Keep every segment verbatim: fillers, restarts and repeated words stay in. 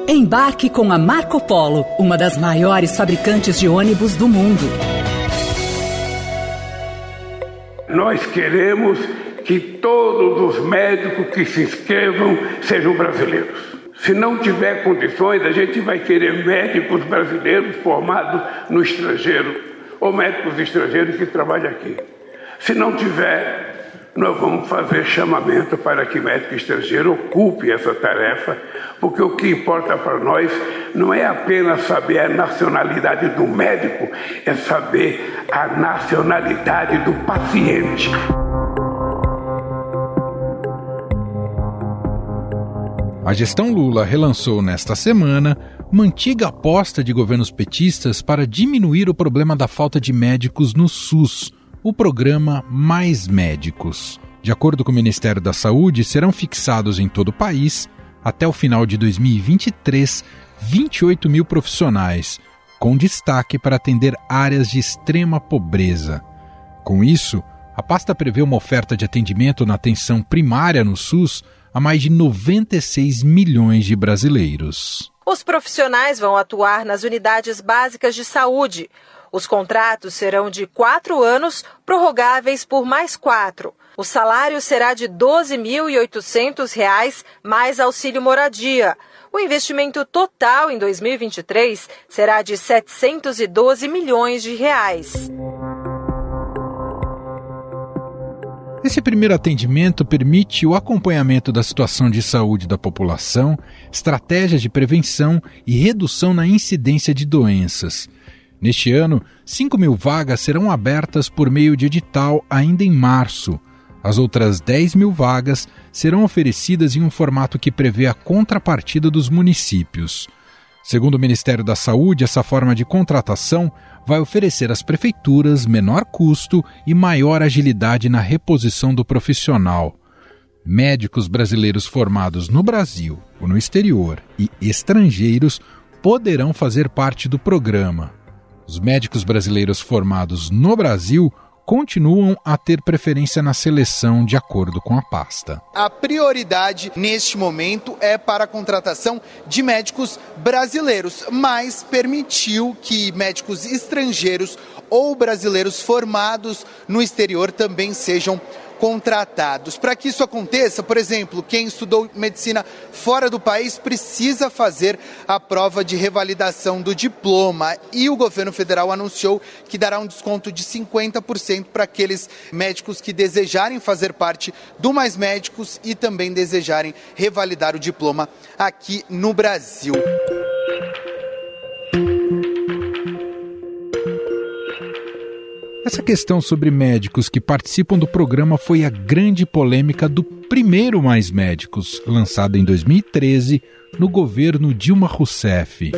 Embarque com a Marco Polo, uma das maiores fabricantes de ônibus do mundo. Nós queremos que todos os médicos que se inscrevam sejam brasileiros. Se não tiver condições, a gente vai querer médicos brasileiros formados no estrangeiro ou médicos estrangeiros que trabalham aqui. Se não tiver, nós vamos fazer chamamento para que médico estrangeiro ocupe essa tarefa, porque o que importa para nós não é apenas saber a nacionalidade do médico, é saber a nacionalidade do paciente. A gestão Lula relançou nesta semana uma antiga aposta de governos petistas para diminuir o problema da falta de médicos no SUS, o programa Mais Médicos. De acordo com o Ministério da Saúde, serão fixados em todo o país, até o final de dois mil e vinte e três, vinte e oito mil profissionais, com destaque para atender áreas de extrema pobreza. Com isso, a pasta prevê uma oferta de atendimento na atenção primária no SUS a mais de noventa e seis milhões de brasileiros. Os profissionais vão atuar nas unidades básicas de saúde. Os contratos serão de quatro anos, prorrogáveis por mais quatro. O salário será de doze mil e oitocentos reais mais auxílio moradia. O investimento total em dois mil e vinte e três será de setecentos e doze milhões de reais. Esse primeiro atendimento permite o acompanhamento da situação de saúde da população, estratégias de prevenção e redução na incidência de doenças. Neste ano, cinco mil vagas serão abertas por meio de edital ainda em março. As outras dez mil vagas serão oferecidas em um formato que prevê a contrapartida dos municípios. Segundo o Ministério da Saúde, essa forma de contratação vai oferecer às prefeituras menor custo e maior agilidade na reposição do profissional. Médicos brasileiros formados no Brasil ou no exterior e estrangeiros poderão fazer parte do programa. Os médicos brasileiros formados no Brasil continuam a ter preferência na seleção de acordo com a pasta. A prioridade neste momento é para a contratação de médicos brasileiros, mas permitiu que médicos estrangeiros ou brasileiros formados no exterior também sejam contratados. Para que isso aconteça, por exemplo, quem estudou medicina fora do país precisa fazer a prova de revalidação do diploma e o governo federal anunciou que dará um desconto de cinquenta por cento para aqueles médicos que desejarem fazer parte do Mais Médicos e também desejarem revalidar o diploma aqui no Brasil. Essa questão sobre médicos que participam do programa foi a grande polêmica do primeiro Mais Médicos, lançado em dois mil e treze, no governo Dilma Rousseff.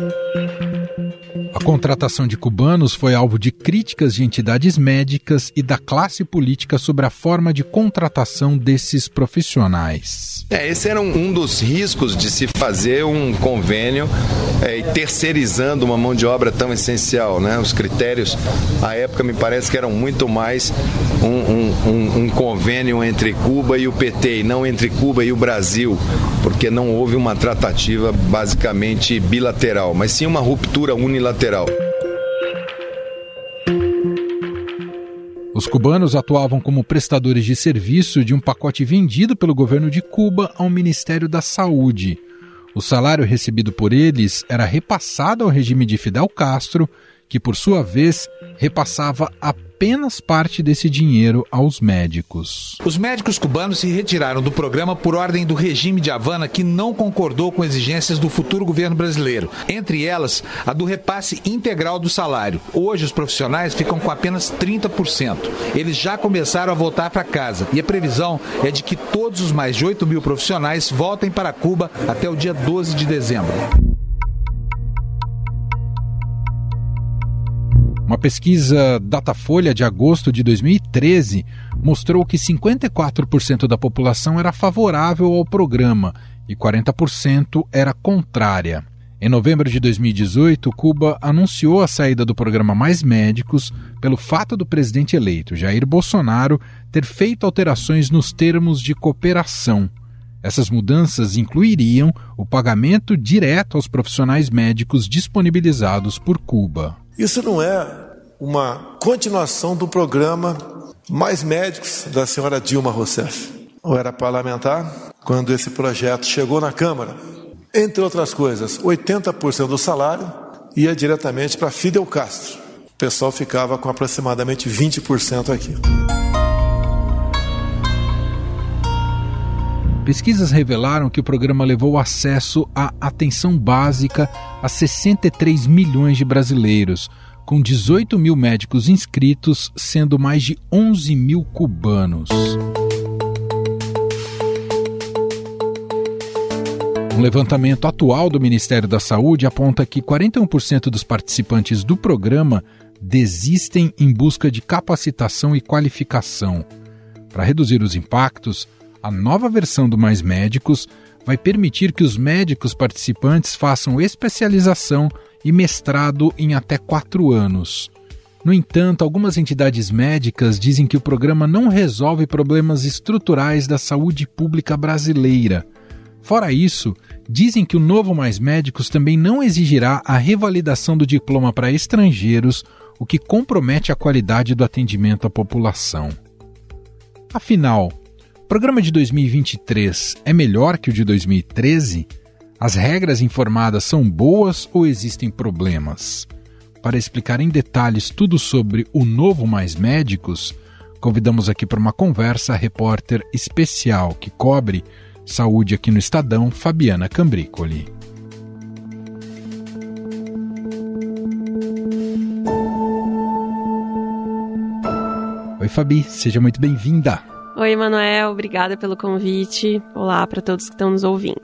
A contratação de cubanos foi alvo de críticas de entidades médicas e da classe política sobre a forma de contratação desses profissionais. É, esse era um, um dos riscos de se fazer um convênio é, terceirizando uma mão de obra tão essencial, né? Os critérios, à época, me parece que eram muito mais um, um, um, um convênio entre Cuba e o P T, e não entre Cuba e o Brasil, porque não houve uma tratativa basicamente bilateral, mas sim uma ruptura unilateral. Os cubanos atuavam como prestadores de serviço de um pacote vendido pelo governo de Cuba ao Ministério da Saúde. O salário recebido por eles era repassado ao regime de Fidel Castro, que, por sua vez, repassava apenas parte desse dinheiro aos médicos. Os médicos cubanos se retiraram do programa por ordem do regime de Havana, que não concordou com exigências do futuro governo brasileiro, entre elas a do repasse integral do salário. Hoje os profissionais ficam com apenas trinta por cento. Eles já começaram a voltar para casa e a previsão é de que todos os mais de oito mil profissionais voltem para Cuba até o dia doze de dezembro. Uma pesquisa Datafolha de agosto de dois mil e treze mostrou que cinquenta e quatro por cento da população era favorável ao programa e quarenta por cento era contrária. Em novembro de dois mil e dezoito, Cuba anunciou a saída do programa Mais Médicos pelo fato do presidente eleito, Jair Bolsonaro, ter feito alterações nos termos de cooperação. Essas mudanças incluiriam o pagamento direto aos profissionais médicos disponibilizados por Cuba. Isso não é uma continuação do programa Mais Médicos da senhora Dilma Rousseff. Eu era parlamentar quando esse projeto chegou na Câmara. Entre outras coisas, oitenta por cento do salário ia diretamente para Fidel Castro. O pessoal ficava com aproximadamente vinte por cento aqui. Pesquisas revelaram que o programa levou acesso à atenção básica a sessenta e três milhões de brasileiros, com dezoito mil médicos inscritos, sendo mais de onze mil cubanos. Um levantamento atual do Ministério da Saúde aponta que quarenta e um por cento dos participantes do programa desistem em busca de capacitação e qualificação. Para reduzir os impactos, a nova versão do Mais Médicos vai permitir que os médicos participantes façam especialização e mestrado em até quatro anos. No entanto, algumas entidades médicas dizem que o programa não resolve problemas estruturais da saúde pública brasileira. Fora isso, dizem que o novo Mais Médicos também não exigirá a revalidação do diploma para estrangeiros, o que compromete a qualidade do atendimento à população. Afinal, o programa de dois mil e vinte e três é melhor que o de dois mil e treze? As regras informadas são boas ou existem problemas? Para explicar em detalhes tudo sobre o novo Mais Médicos, convidamos aqui para uma conversa a repórter especial que cobre saúde aqui no Estadão, Fabiana Cambricoli. Oi, Fabi, seja muito bem-vinda. Oi, Manuel, obrigada pelo convite. Olá para todos que estão nos ouvindo.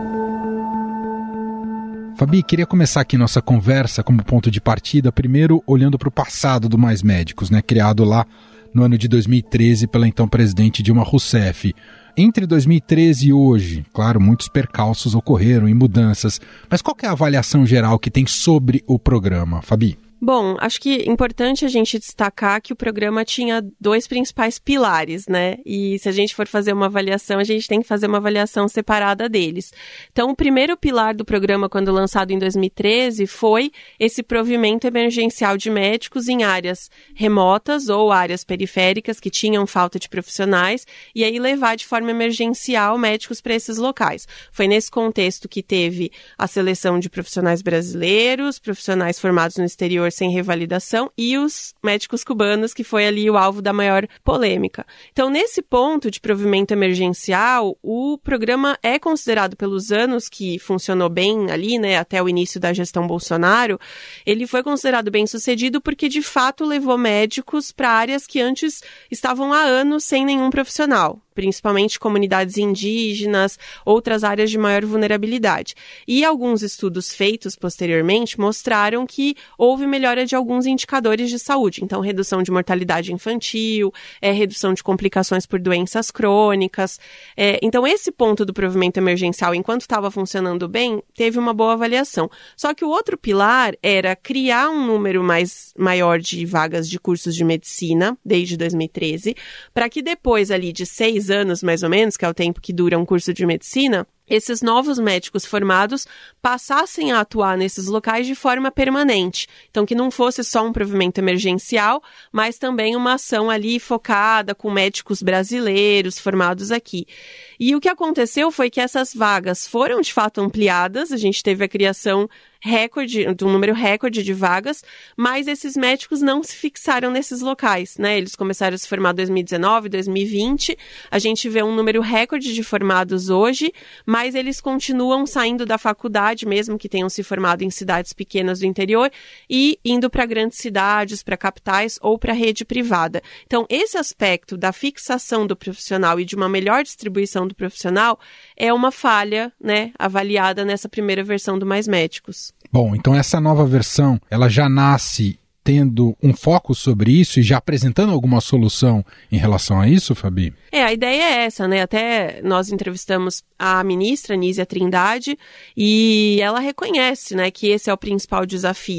Fabi, queria começar aqui nossa conversa como ponto de partida, primeiro olhando para o passado do Mais Médicos, né, criado lá no ano de dois mil e treze pela então presidente Dilma Rousseff. Entre dois mil e treze e hoje, claro, muitos percalços ocorreram e mudanças, mas qual que é a avaliação geral que tem sobre o programa, Fabi? Bom, acho que é importante a gente destacar que o programa tinha dois principais pilares, né? E se a gente for fazer uma avaliação, a gente tem que fazer uma avaliação separada deles. Então, o primeiro pilar do programa, quando lançado em dois mil e treze, foi esse provimento emergencial de médicos em áreas remotas ou áreas periféricas que tinham falta de profissionais, e aí levar de forma emergencial médicos para esses locais. Foi nesse contexto que teve a seleção de profissionais brasileiros, profissionais formados no exterior sem revalidação e os médicos cubanos, que foi ali o alvo da maior polêmica. Então, nesse ponto de provimento emergencial, o programa é considerado pelos anos que funcionou bem ali, né, até o início da gestão Bolsonaro, ele foi considerado bem sucedido porque, de fato, levou médicos para áreas que antes estavam há anos sem nenhum profissional, principalmente comunidades indígenas, outras áreas de maior vulnerabilidade. E alguns estudos feitos posteriormente mostraram que houve melhora de alguns indicadores de saúde. Então, redução de mortalidade infantil, é, redução de complicações por doenças crônicas. É, então, esse ponto do provimento emergencial, enquanto estava funcionando bem, teve uma boa avaliação. Só que o outro pilar era criar um número mais maior de vagas de cursos de medicina, desde dois mil e treze, para que depois ali de seis anos, mais ou menos, que é o tempo que dura um curso de medicina, esses novos médicos formados passassem a atuar nesses locais de forma permanente. Então, que não fosse só um provimento emergencial, mas também uma ação ali focada com médicos brasileiros formados aqui. E o que aconteceu foi que essas vagas foram, de fato, ampliadas. A gente teve a criação recorde, de um número recorde de vagas, mas esses médicos não se fixaram nesses locais, né? Eles começaram a se formar em dois mil e dezenove, dois mil e vinte. A gente vê um número recorde de formados hoje, mas eles continuam saindo da faculdade, mesmo que tenham se formado em cidades pequenas do interior, e indo para grandes cidades, para capitais ou para a rede privada. Então, esse aspecto da fixação do profissional e de uma melhor distribuição do profissional é uma falha, né, avaliada nessa primeira versão do Mais Médicos. Bom, então essa nova versão, ela já nasce tendo um foco sobre isso e já apresentando alguma solução em relação a isso, Fabi? É, a ideia é essa, né? Até nós entrevistamos a ministra Nízia Trindade e ela reconhece, né, que esse é o principal desafio.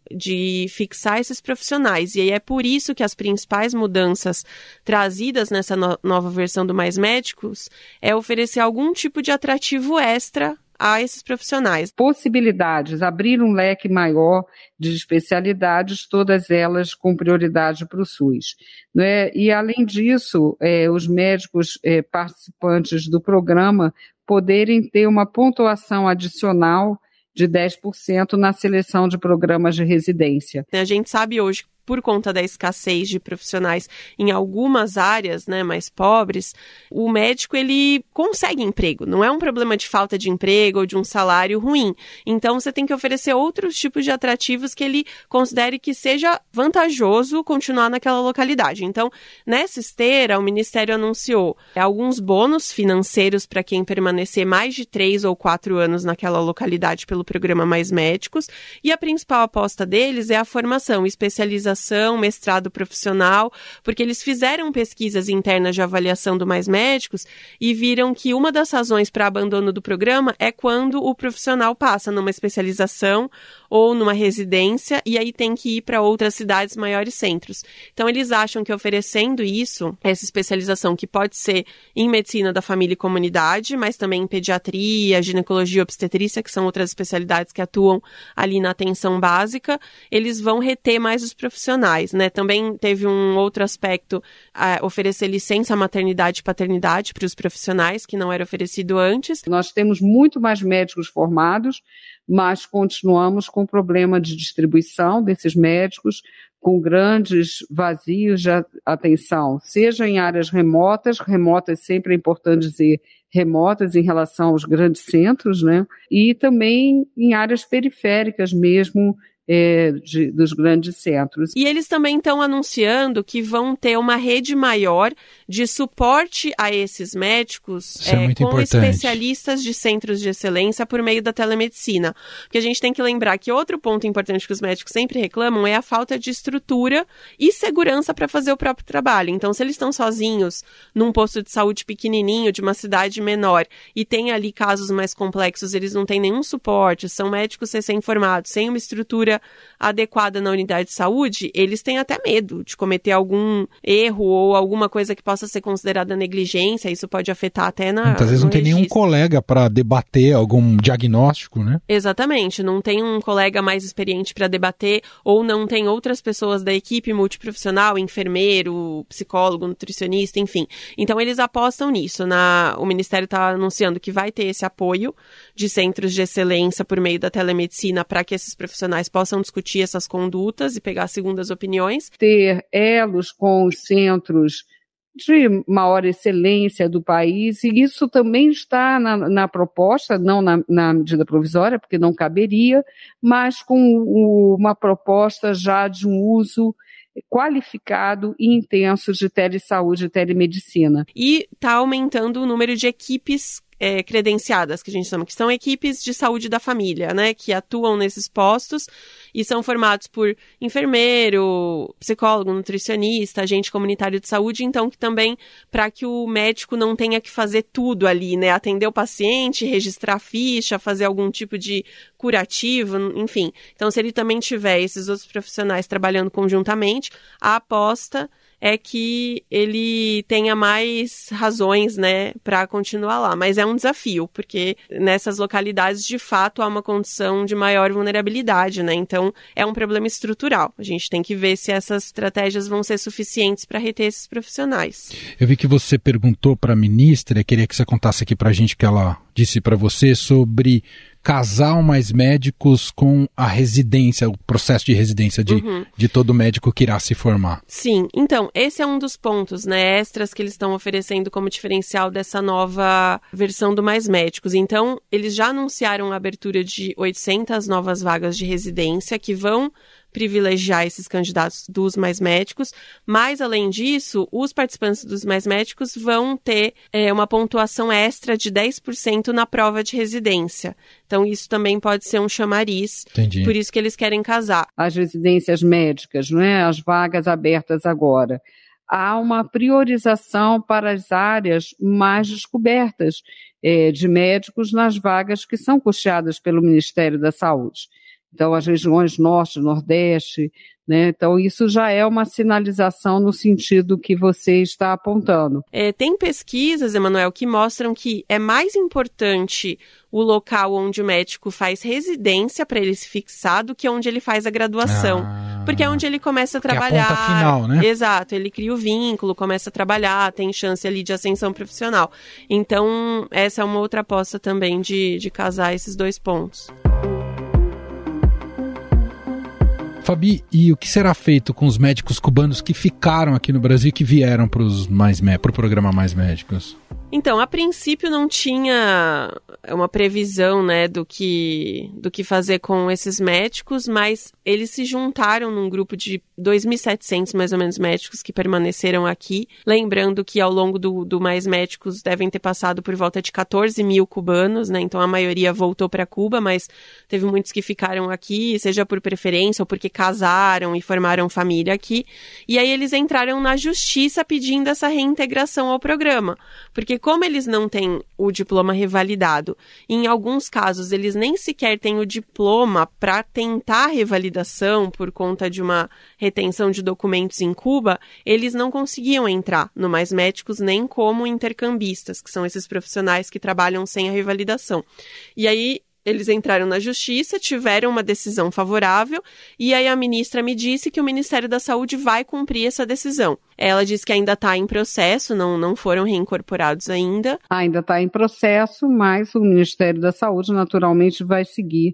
de fixar esses profissionais. E aí é por isso que as principais mudanças trazidas nessa no- nova versão do Mais Médicos é oferecer algum tipo de atrativo extra a esses profissionais. Possibilidades, abrir um leque maior de especialidades, todas elas com prioridade para o SUS. Não é? E, além disso, é, os médicos é, participantes do programa poderem ter uma pontuação adicional de dez por cento na seleção de programas de residência. A gente sabe hoje, por conta da escassez de profissionais em algumas áreas, né, mais pobres, o médico ele consegue emprego. Não é um problema de falta de emprego ou de um salário ruim. Então, você tem que oferecer outros tipos de atrativos que ele considere que seja vantajoso continuar naquela localidade. Então, nessa esteira, o Ministério anunciou alguns bônus financeiros para quem permanecer mais de três ou quatro anos naquela localidade pelo programa Mais Médicos. E a principal aposta deles é a formação, especialização, mestrado profissional, porque eles fizeram pesquisas internas de avaliação do Mais Médicos e viram que uma das razões para abandono do programa é quando o profissional passa numa especialização ou numa residência e aí tem que ir para outras cidades, maiores centros. Então, eles acham que oferecendo isso, essa especialização que pode ser em medicina da família e comunidade, mas também em pediatria, ginecologia e obstetrícia, que são outras especialidades que atuam ali na atenção básica, eles vão reter mais os profissionais. Né? Também teve um outro aspecto, a oferecer licença maternidade e paternidade para os profissionais, que não era oferecido antes. Nós temos muito mais médicos formados, mas continuamos com problema de distribuição desses médicos, com grandes vazios de atenção, seja em áreas remotas, remotas sempre é importante dizer remotas em relação aos grandes centros, né? E também em áreas periféricas mesmo, É, de, dos grandes centros. E eles também estão anunciando que vão ter uma rede maior de suporte a esses médicos Isso é é, muito com importante. especialistas de centros de excelência por meio da telemedicina. Porque a gente tem que lembrar que outro ponto importante que os médicos sempre reclamam é a falta de estrutura e segurança para fazer o próprio trabalho. Então, se eles estão sozinhos num posto de saúde pequenininho de uma cidade menor e tem ali casos mais complexos, eles não têm nenhum suporte, são médicos recém-formados, sem uma estrutura adequada na unidade de saúde, eles têm até medo de cometer algum erro ou alguma coisa que possa ser considerada negligência, isso pode afetar até na Muitas vezes não tem registro. nenhum colega para debater algum diagnóstico, né? Exatamente, não tem um colega mais experiente para debater ou não tem outras pessoas da equipe multiprofissional, enfermeiro, psicólogo, nutricionista, enfim. Então eles apostam nisso. Na... O Ministério está anunciando que vai ter esse apoio de centros de excelência por meio da telemedicina para que esses profissionais possam discutir essas condutas e pegar segundas opiniões. Ter elos com os centros de maior excelência do país, e isso também está na, na proposta, não na, na medida provisória, porque não caberia, mas com o, uma proposta já de um uso qualificado e intenso de telesaúde e telemedicina. E está aumentando o número de equipes É, credenciadas, que a gente chama, que são equipes de saúde da família, né, que atuam nesses postos e são formados por enfermeiro, psicólogo, nutricionista, agente comunitário de saúde, então que também, para que o médico não tenha que fazer tudo ali, né, atender o paciente, registrar a ficha, fazer algum tipo de curativo, enfim. Então, se ele também tiver esses outros profissionais trabalhando conjuntamente, a aposta é que ele tenha mais razões, né, para continuar lá. Mas é um desafio, porque nessas localidades, de fato, há uma condição de maior vulnerabilidade, né? Então, é um problema estrutural. A gente tem que ver se essas estratégias vão ser suficientes para reter esses profissionais. Eu vi que você perguntou para a ministra, eu queria que você contasse aqui para a gente o que ela disse para você sobre casar mais médicos com a residência, o processo de residência de, uhum. de todo médico que irá se formar. Sim, então, esse é um dos pontos, né, extras que eles estão oferecendo como diferencial dessa nova versão do Mais Médicos. Então, eles já anunciaram a abertura de oitocentas novas vagas de residência que vão privilegiar esses candidatos dos Mais Médicos, mas, além disso, os participantes dos Mais Médicos vão ter é, uma pontuação extra de dez por cento na prova de residência. Então, isso também pode ser um chamariz. Entendi. Por isso que eles querem casar. As residências médicas, não é? As vagas abertas agora. Há uma priorização para as áreas mais descobertas é, de médicos nas vagas que são custeadas pelo Ministério da Saúde. então as regiões norte, nordeste, né? Então isso já é uma sinalização no sentido que você está apontando. É, tem pesquisas, Emanuel, que mostram que é mais importante o local onde o médico faz residência para ele se fixar do que onde ele faz a graduação. Ah, porque é onde ele começa a trabalhar. É a ponta final, né? Exato, ele cria o vínculo, começa a trabalhar, tem chance ali de ascensão profissional. Então, essa é uma outra aposta também de, de casar esses dois pontos. Fabi, e o que será feito com os médicos cubanos que ficaram aqui no Brasil e que vieram para o programa Mais Médicos? Então, a princípio não tinha uma previsão, né, do que, do que fazer com esses médicos, mas eles se juntaram num grupo de dois mil e setecentos, mais ou menos, médicos que permaneceram aqui. Lembrando que ao longo do, do Mais Médicos devem ter passado por volta de quatorze mil cubanos, né, então a maioria voltou para Cuba, mas teve muitos que ficaram aqui, seja por preferência ou porque casaram e formaram família aqui. E aí eles entraram na justiça pedindo essa reintegração ao programa, porque como eles não têm o diploma revalidado, em alguns casos eles nem sequer têm o diploma para tentar a revalidação por conta de uma retenção de documentos em Cuba, eles não conseguiam entrar no Mais Médicos nem como intercambistas, que são esses profissionais que trabalham sem a revalidação. E aí eles entraram na justiça, tiveram uma decisão favorável e aí a ministra me disse que o Ministério da Saúde vai cumprir essa decisão. Ela disse que ainda está em processo, não, não foram reincorporados ainda. Ainda está em processo, mas o Ministério da Saúde naturalmente vai seguir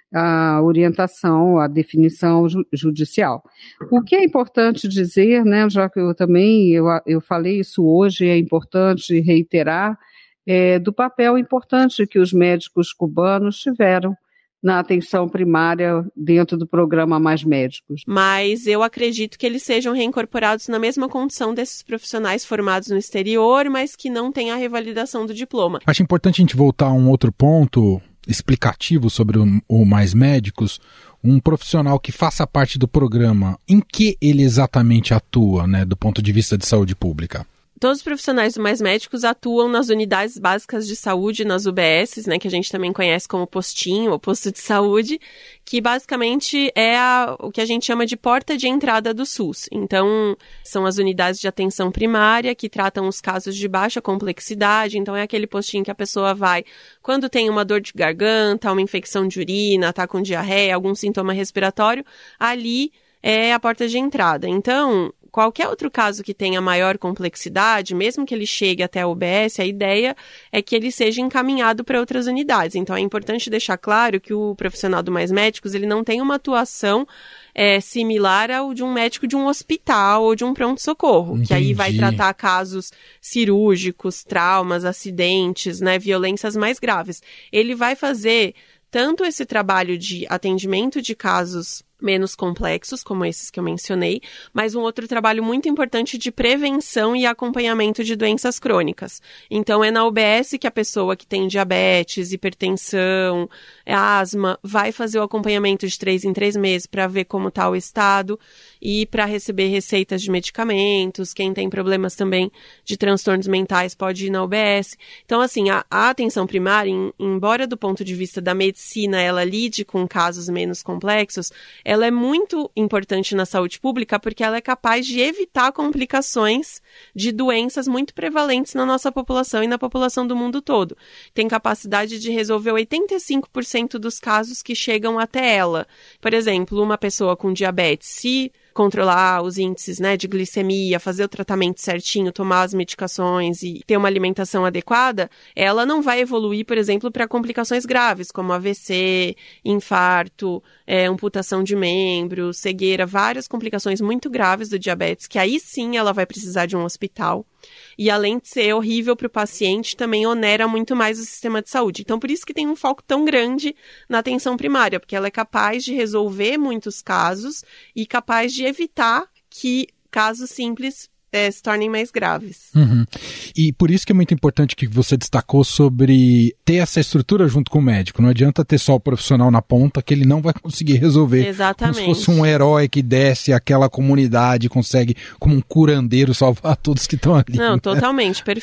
a orientação, a definição ju- judicial. O que é importante dizer, né, já que eu também eu, eu falei isso hoje, é importante reiterar, É, do papel importante que os médicos cubanos tiveram na atenção primária dentro do programa Mais Médicos. Mas eu acredito que eles sejam reincorporados na mesma condição desses profissionais formados no exterior, mas que não têm a revalidação do diploma. Acho importante a gente voltar a um outro ponto explicativo sobre o, o Mais Médicos. Um profissional que faça parte do programa, em que ele exatamente atua, né, do ponto de vista de saúde pública? Todos os profissionais do Mais Médicos atuam nas unidades básicas de saúde, nas U B S, né, que a gente também conhece como postinho, ou posto de saúde, que basicamente é a, o que a gente chama de porta de entrada do SUS. Então, são as unidades de atenção primária que tratam os casos de baixa complexidade. Então, é aquele postinho que a pessoa vai quando tem uma dor de garganta, uma infecção de urina, está com diarreia, algum sintoma respiratório, ali é a porta de entrada. Então, qualquer outro caso que tenha maior complexidade, mesmo que ele chegue até a U B S, a ideia é que ele seja encaminhado para outras unidades. Então, é importante deixar claro que o profissional do Mais Médicos, ele não tem uma atuação é, similar ao de um médico de um hospital ou de um pronto-socorro, que aí vai tratar casos cirúrgicos, traumas, acidentes, né, violências mais graves. Ele vai fazer tanto esse trabalho de atendimento de casos menos complexos, como esses que eu mencionei, mas um outro trabalho muito importante de prevenção e acompanhamento de doenças crônicas. Então, é na U B S que a pessoa que tem diabetes, hipertensão, asma, vai fazer o acompanhamento de três em três meses para ver como está o estado e para receber receitas de medicamentos. Quem tem problemas também de transtornos mentais pode ir na U B S. Então, assim, a, a atenção primária, em, embora do ponto de vista da medicina ela lide com casos menos complexos, ela é muito importante na saúde pública porque ela é capaz de evitar complicações de doenças muito prevalentes na nossa população e na população do mundo todo. Tem capacidade de resolver oitenta e cinco por cento dos casos que chegam até ela. Por exemplo, uma pessoa com diabetes, se controlar os índices, né, de glicemia, fazer o tratamento certinho, tomar as medicações e ter uma alimentação adequada, ela não vai evoluir, por exemplo, para complicações graves, como A V C, infarto, é, amputação de membro, cegueira, várias complicações muito graves do diabetes, que aí sim ela vai precisar de um hospital. E além de ser horrível para o paciente, também onera muito mais o sistema de saúde. Então, por isso que tem um foco tão grande na atenção primária, porque ela é capaz de resolver muitos casos e capaz de evitar que casos simples é, se tornem mais graves. Uhum. E por isso que é muito importante que você destacou sobre ter essa estrutura junto com o médico. Não adianta ter só o profissional na ponta que ele não vai conseguir resolver. Exatamente. Como se fosse um herói que desce àquela comunidade e consegue, como um curandeiro, salvar todos que estão ali. Não, né? Totalmente, perfeito.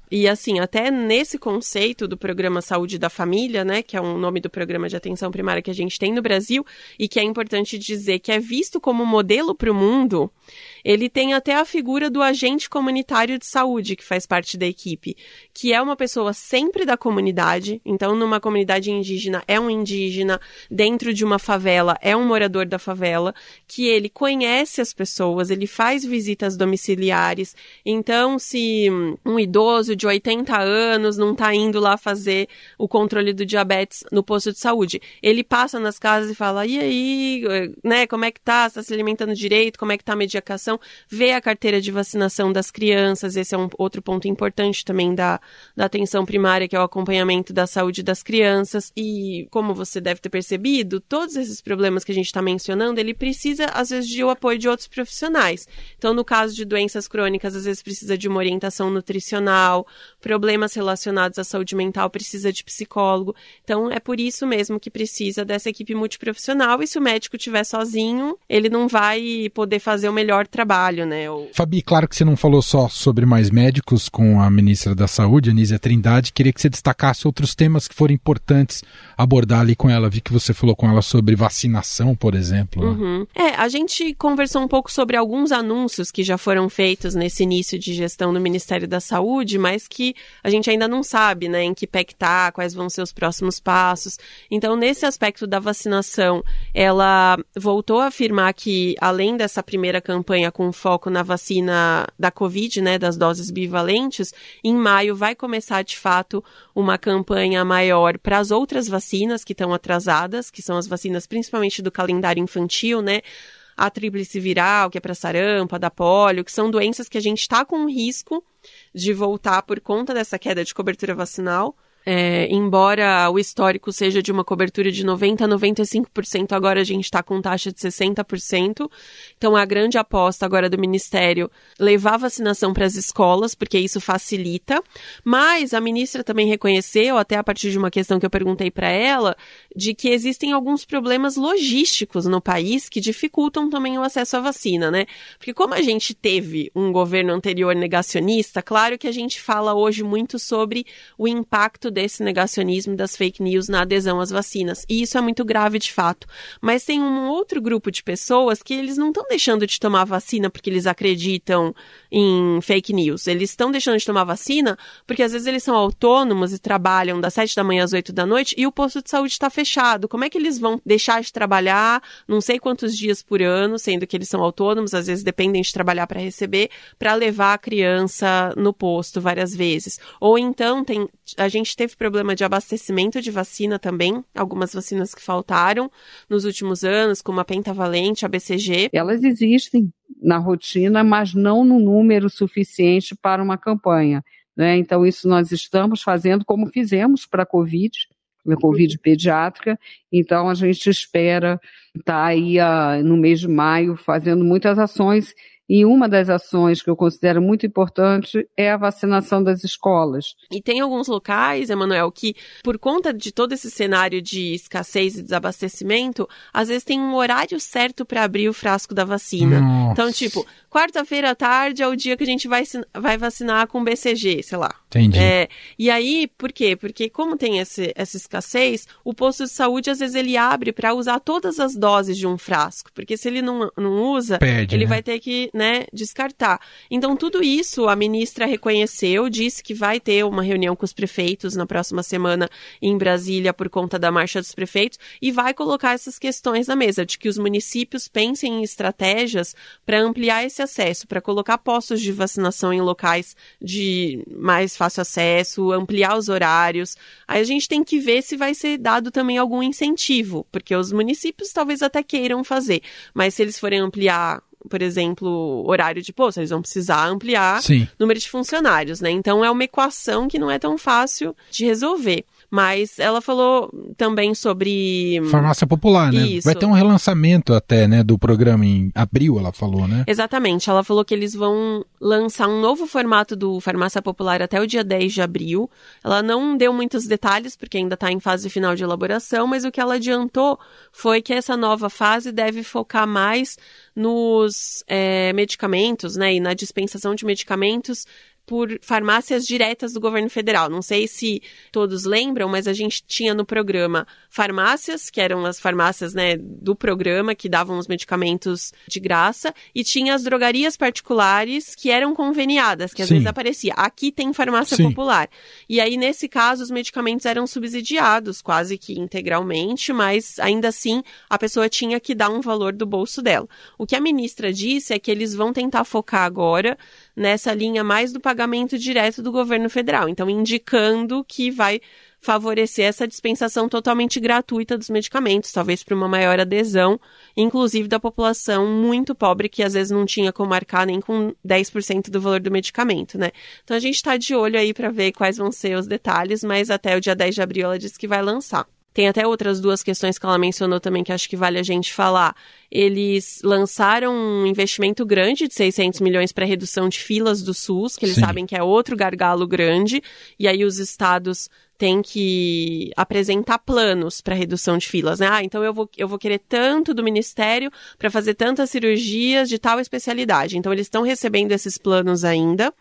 E assim, até nesse conceito do Programa Saúde da Família, né, que é o nome do programa de atenção primária que a gente tem no Brasil e que é importante dizer que é visto como modelo para o mundo, ele tem até a figura do agente comunitário de saúde, que faz parte da equipe, que é uma pessoa sempre da comunidade. Então, numa comunidade indígena, é um indígena, dentro de uma favela, é um morador da favela, que ele conhece as pessoas, ele faz visitas domiciliares. Então, se um idoso de oitenta anos não está indo lá fazer o controle do diabetes no posto de saúde, ele passa nas casas e fala, e aí, né, como é que tá? Está se alimentando direito? Como é que tá a medicação? Vê a carteira de vacinação das crianças, esse é um outro ponto importante também da, da atenção primária, que é o acompanhamento da saúde das crianças. E, como você deve ter percebido, todos esses problemas que a gente está mencionando, ele precisa, às vezes, de o apoio de outros profissionais. Então, no caso de doenças crônicas, às vezes precisa de uma orientação nutricional, problemas relacionados à saúde mental, precisa de psicólogo. Então, é por isso mesmo que precisa dessa equipe multiprofissional, e se o médico estiver sozinho, ele não vai poder fazer o melhor trabalho, né? Ou... Fabi, claro que você não falou só sobre mais médicos com a ministra da Saúde, Anísia Trindade, queria que você destacasse outros temas que foram importantes abordar ali com ela. Vi que você falou com ela sobre vacinação, por exemplo. Uhum. É, a gente conversou um pouco sobre alguns anúncios que já foram feitos nesse início de gestão no Ministério da Saúde, mas que a gente ainda não sabe, né, em que pé que tá, quais vão ser os próximos passos. Então, nesse aspecto da vacinação, ela voltou a afirmar que, além dessa primeira campanha com foco na vacina da Covid, né, das doses bivalentes, em maio vai começar, de fato, uma campanha maior para as outras vacinas que estão atrasadas, que são as vacinas principalmente do calendário infantil, né, a tríplice viral, que é para sarampo, a da polio, que são doenças que a gente está com risco de voltar por conta dessa queda de cobertura vacinal. É, embora o histórico seja de uma cobertura de noventa por cento a noventa e cinco por cento, agora a gente está com taxa de sessenta por cento. Então, a grande aposta agora do Ministério levar a vacinação para as escolas, porque isso facilita. Mas a ministra também reconheceu, até a partir de uma questão que eu perguntei para ela, de que existem alguns problemas logísticos no país que dificultam também o acesso à vacina, né? Porque como a gente teve um governo anterior negacionista, claro que a gente fala hoje muito sobre o impacto desse negacionismo das fake news na adesão às vacinas. E isso é muito grave, de fato. Mas tem um outro grupo de pessoas que eles não estão deixando de tomar vacina porque eles acreditam em fake news. Eles estão deixando de tomar vacina porque às vezes eles são autônomos e trabalham das sete da manhã às oito da noite e o posto de saúde está fechado. Como é que eles vão deixar de trabalhar não sei quantos dias por ano, sendo que eles são autônomos, às vezes dependem de trabalhar para receber, para levar a criança no posto várias vezes? Ou então tem, a gente teve problema de abastecimento de vacina também, algumas vacinas que faltaram nos últimos anos, como a pentavalente, a B C G. Elas existem na rotina, mas não no número suficiente para uma campanha, né? Então, isso nós estamos fazendo como fizemos para a Covid, a Covid pediátrica. Então, a gente espera estar aí uh, no mês de maio fazendo muitas ações. E uma das ações que eu considero muito importante é a vacinação das escolas. E tem alguns locais, Emanuel, que por conta de todo esse cenário de escassez e desabastecimento, às vezes tem um horário certo para abrir o frasco da vacina. Nossa. Então, tipo, quarta-feira à tarde é o dia que a gente vai, vai vacinar com B C G, sei lá. Entendi. É, e aí, por quê? Porque como tem esse, essa escassez, o posto de saúde, às vezes, ele abre para usar todas as doses de um frasco. Porque se ele não, não usa, Perde, ele né? vai ter que, né, descartar. Então, tudo isso a ministra reconheceu, disse que vai ter uma reunião com os prefeitos na próxima semana em Brasília por conta da Marcha dos Prefeitos e vai colocar essas questões na mesa, de que os municípios pensem em estratégias para ampliar esse acesso, para colocar postos de vacinação em locais de mais fácil acesso, ampliar os horários. Aí a gente tem que ver se vai ser dado também algum incentivo, porque os municípios talvez até queiram fazer, mas se eles forem ampliar, por exemplo, horário de posto, eles vão precisar ampliar o número de funcionários, né? Então é uma equação que não é tão fácil de resolver. Mas ela falou também sobre... Farmácia popular, né? Isso. Vai ter um relançamento até, né, do programa em abril, ela falou, né? Exatamente. Ela falou que eles vão lançar um novo formato do Farmácia Popular até o dia dez de abril. Ela não deu muitos detalhes, porque ainda está em fase final de elaboração, mas o que ela adiantou foi que essa nova fase deve focar mais nos é, medicamentos, né, e na dispensação de medicamentos por farmácias diretas do governo federal. Não sei se todos lembram, mas a gente tinha no programa farmácias, que eram as farmácias, né, do programa, que davam os medicamentos de graça, e tinha as drogarias particulares que eram conveniadas, que às Sim. vezes aparecia. Aqui tem farmácia Sim. popular. E aí, nesse caso, os medicamentos eram subsidiados quase que integralmente, mas ainda assim a pessoa tinha que dar um valor do bolso dela. O que a ministra disse é que eles vão tentar focar agora nessa linha mais do pagamento direto do governo federal. Então, indicando que vai favorecer essa dispensação totalmente gratuita dos medicamentos, talvez para uma maior adesão, inclusive da população muito pobre, que às vezes não tinha como marcar nem com dez por cento do valor do medicamento, né? Então a gente está de olho aí para ver quais vão ser os detalhes, mas até o dia dez de abril ela disse que vai lançar. Tem até outras duas questões que ela mencionou também que acho que vale a gente falar. Eles lançaram um investimento grande de seiscentos milhões para redução de filas do SUS, que eles Sim. sabem que é outro gargalo grande, e aí os estados têm que apresentar planos para redução de filas, né? Ah, então eu vou, eu vou querer tanto do Ministério para fazer tantas cirurgias de tal especialidade. Então eles estão recebendo esses planos ainda.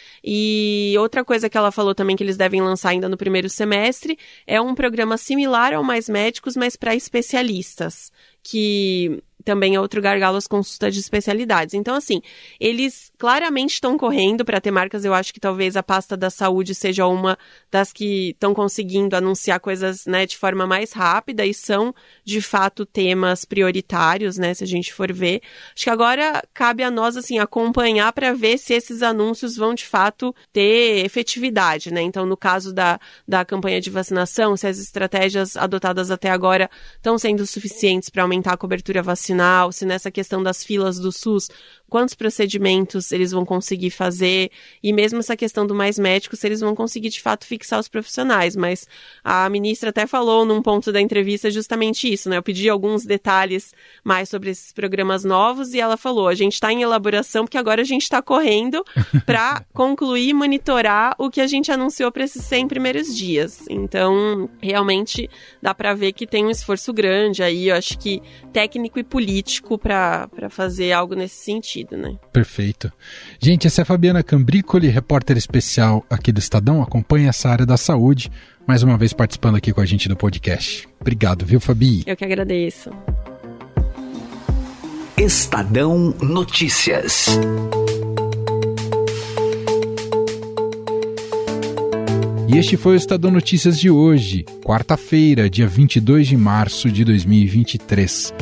E outra coisa que ela falou também que eles devem lançar ainda no primeiro semestre é um programa similar ao Mais Médicos, mas para especialistas, que também é outro gargalo as consultas de especialidades. Então, assim, eles claramente estão correndo para ter marcas. Eu acho que talvez a pasta da saúde seja uma das que estão conseguindo anunciar coisas, né, de forma mais rápida e são, de fato, temas prioritários, né, se a gente for ver. Acho que agora cabe a nós, assim, acompanhar para ver se esses anúncios vão, de fato, ter efetividade, né. Então, no caso da, da campanha de vacinação, se as estratégias adotadas até agora estão sendo suficientes para aumentar a cobertura vacinal, se nessa questão das filas do SUS, quantos procedimentos eles vão conseguir fazer, e mesmo essa questão do Mais Médicos, se eles vão conseguir de fato fixar os profissionais. Mas a ministra até falou num ponto da entrevista justamente isso, né? Eu pedi alguns detalhes mais sobre esses programas novos e ela falou, a gente está em elaboração porque agora a gente está correndo para concluir e monitorar o que a gente anunciou para esses cem primeiros dias. Então, realmente dá para ver que tem um esforço grande aí, eu acho que técnico e político para fazer algo nesse sentido, né? Perfeito. Gente, essa é a Fabiana Cambricoli, repórter especial aqui do Estadão, acompanha essa área da saúde, mais uma vez participando aqui com a gente do podcast. Obrigado, viu, Fabi? Eu que agradeço. Estadão Notícias. E este foi o Estadão Notícias de hoje, quarta-feira, dia vinte e dois de março de dois mil e vinte e três.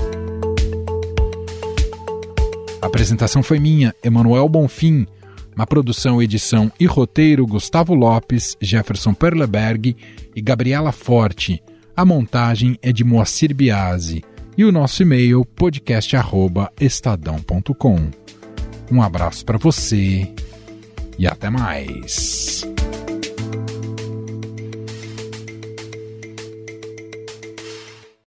A apresentação foi minha, Emanuel Bonfim. Na produção, edição e roteiro, Gustavo Lopes, Jefferson Perleberg e Gabriela Forte. A montagem é de Moacir Biasi. E o nosso e-mail, podcast arroba estadão ponto com. Um abraço para você e até mais.